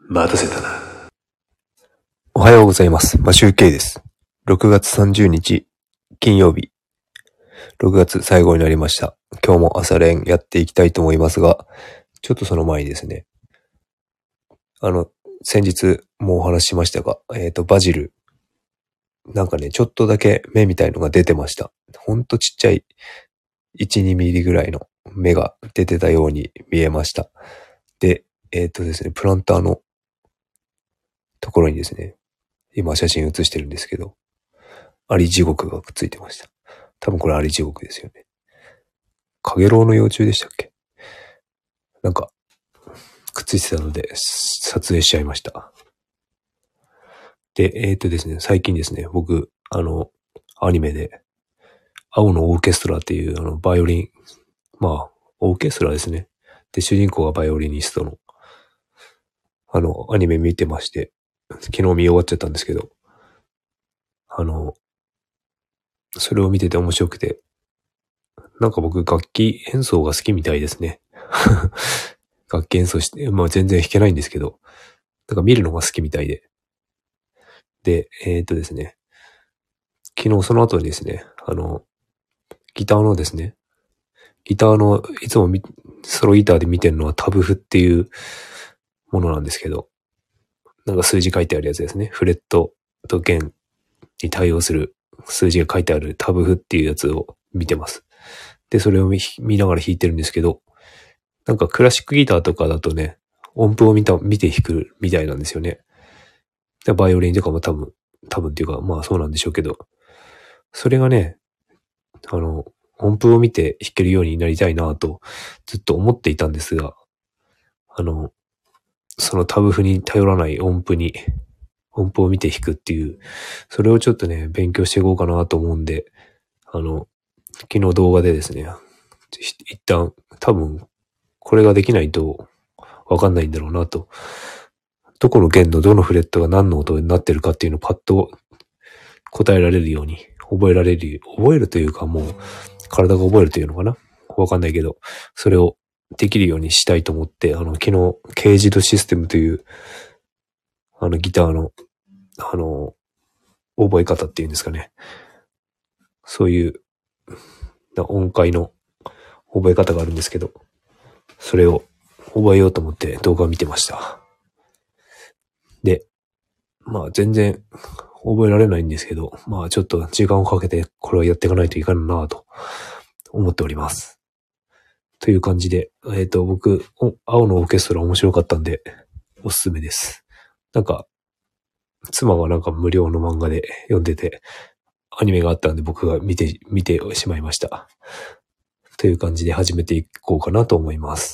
待たせたな。 おはようございます。マシュウケイです。6月30日、金曜日。6月最後になりました。今日も朝練やっていきたいと思いますが、ちょっとその前にですね、先日もうお話ししましたが、バジル、なんかね、ちょっとだけ芽みたいのが出てました。ほんとちっちゃい、1、2ミリぐらいの芽が出てたように見えました。で、ですね、プランターのところにですね、今写真写してるんですけど、アリ地獄がくっついてました。多分これアリ地獄ですよね。カゲロウの幼虫でしたっけ？なんか、くっついてたので、撮影しちゃいました。で、ですね、最近ですね、僕、アニメで、青のオーケストラっていう、バイオリン、まあ、オーケストラですね。で、主人公がバイオリニストの、アニメ見てまして、昨日見終わっちゃったんですけど、それを見てて面白くて、なんか僕、楽器演奏が好きみたいですね。楽器演奏して、まあ全然弾けないんですけど、なんか見るのが好きみたいで。で、ですね、昨日その後にですね、ギターのですね、ギターの、いつもソロギターで見てるのはタブ譜っていうものなんですけど、なんか数字書いてあるやつですね。フレットと弦に対応する数字が書いてあるタブ譜っていうやつを見てます。で、それを見ながら弾いてるんですけど、なんかクラシックギターとかだとね、音符を見て弾くみたいなんですよね。でバイオリンとかも多分っていうか、まあそうなんでしょうけど、それがね、音符を見て弾けるようになりたいなとずっと思っていたんですが、そのタブ譜に頼らない音符を見て弾くっていう、それをちょっとね、勉強していこうかなと思うんで、昨日動画でですね、一旦多分これができないとわかんないんだろうなと。どこの弦のどのフレットが何の音になってるかっていうのをパッと答えられるように、覚えるというかもう体が覚えるというのかな？わかんないけど、それをできるようにしたいと思って、昨日、ケージドシステムという、ギターの、覚え方っていうんですかね。そういう音階の覚え方があるんですけど、それを覚えようと思って動画を見てました。で、まあ全然覚えられないんですけど、まあちょっと時間をかけてこれをやっていかないといかんなと思っております。という感じで、僕、青のオーケストラ面白かったんで、おすすめです。なんか、妻がなんか無料の漫画で読んでて、アニメがあったんで僕が見てしまいました。という感じで始めていこうかなと思います。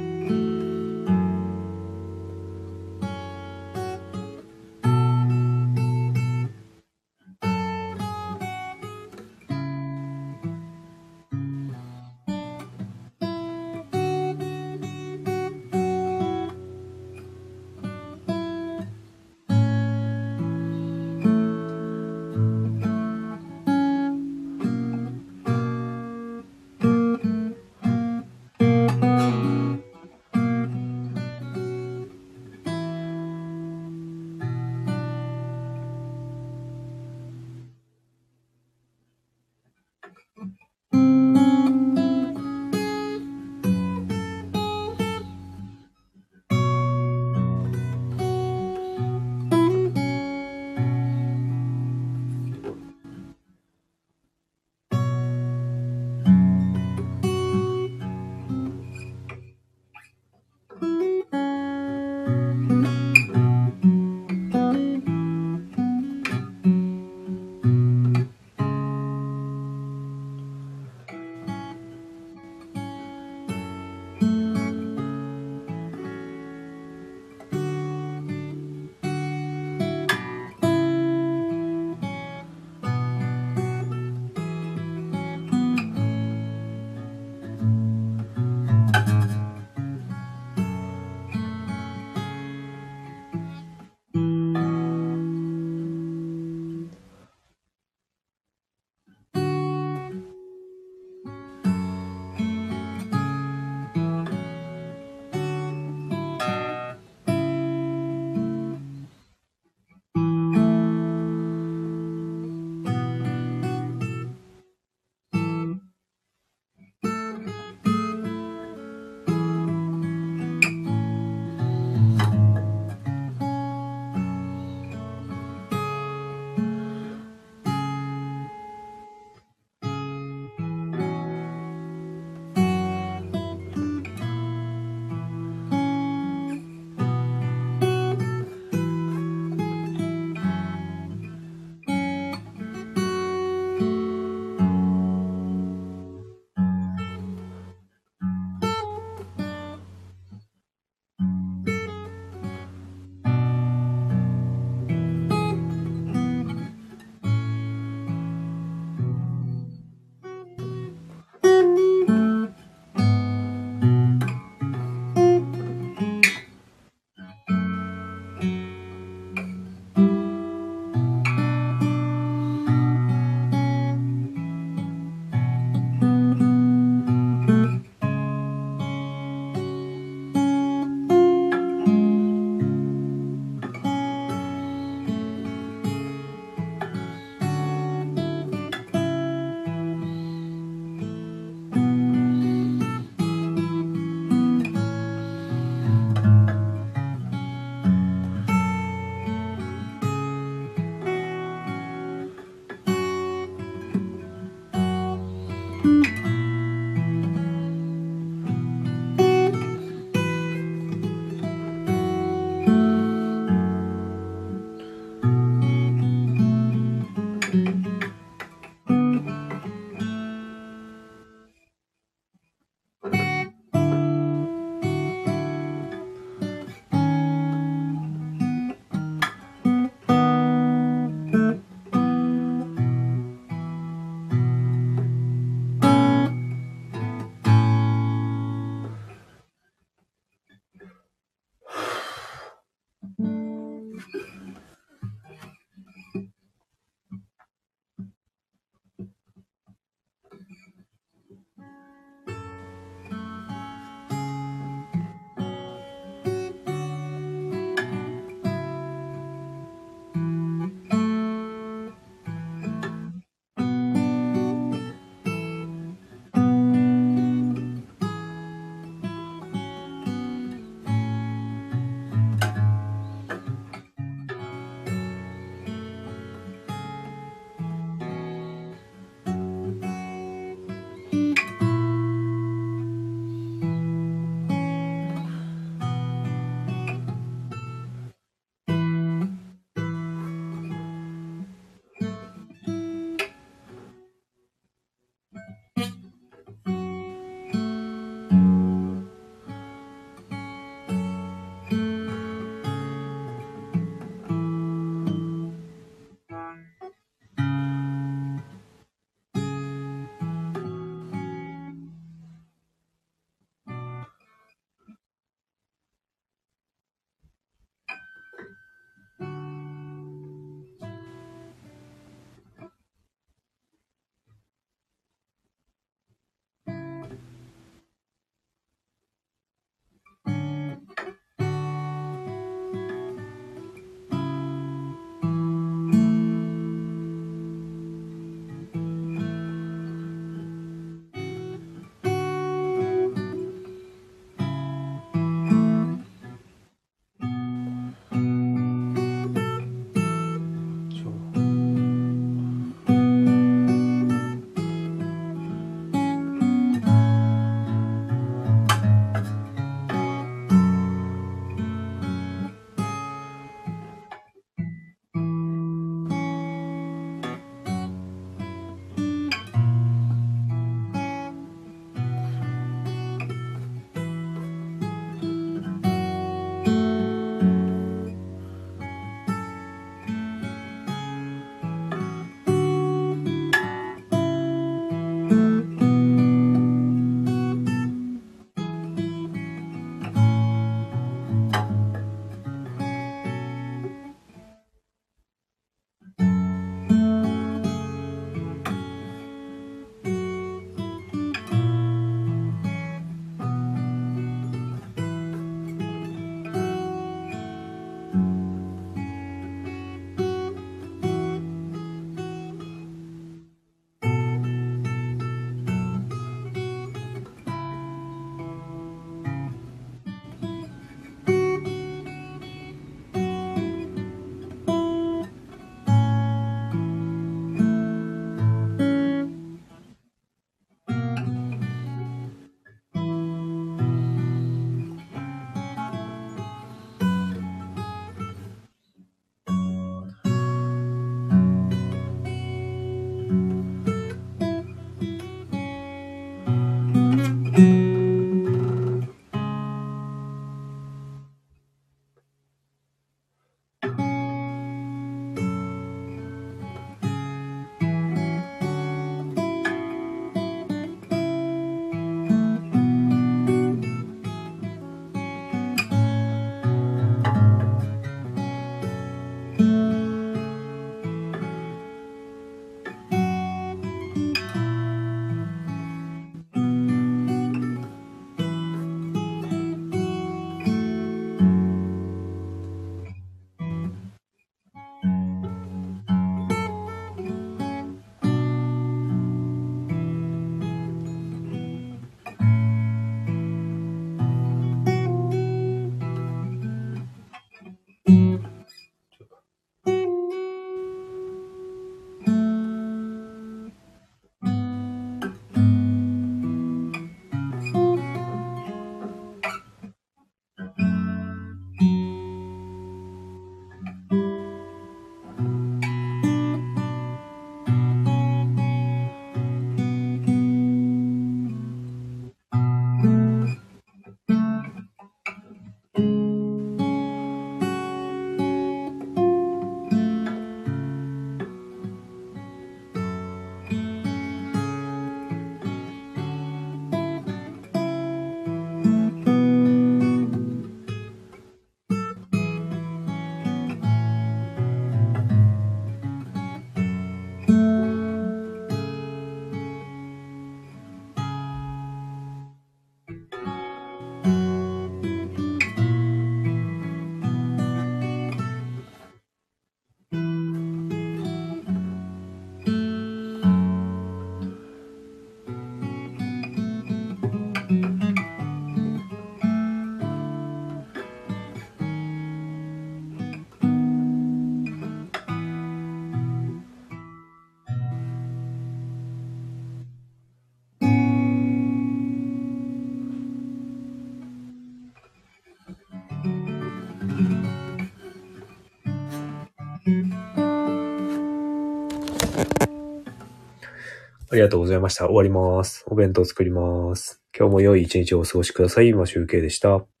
ありがとうございました。終わります。お弁当作ります。今日も良い一日をお過ごしください。マシュウケイでした。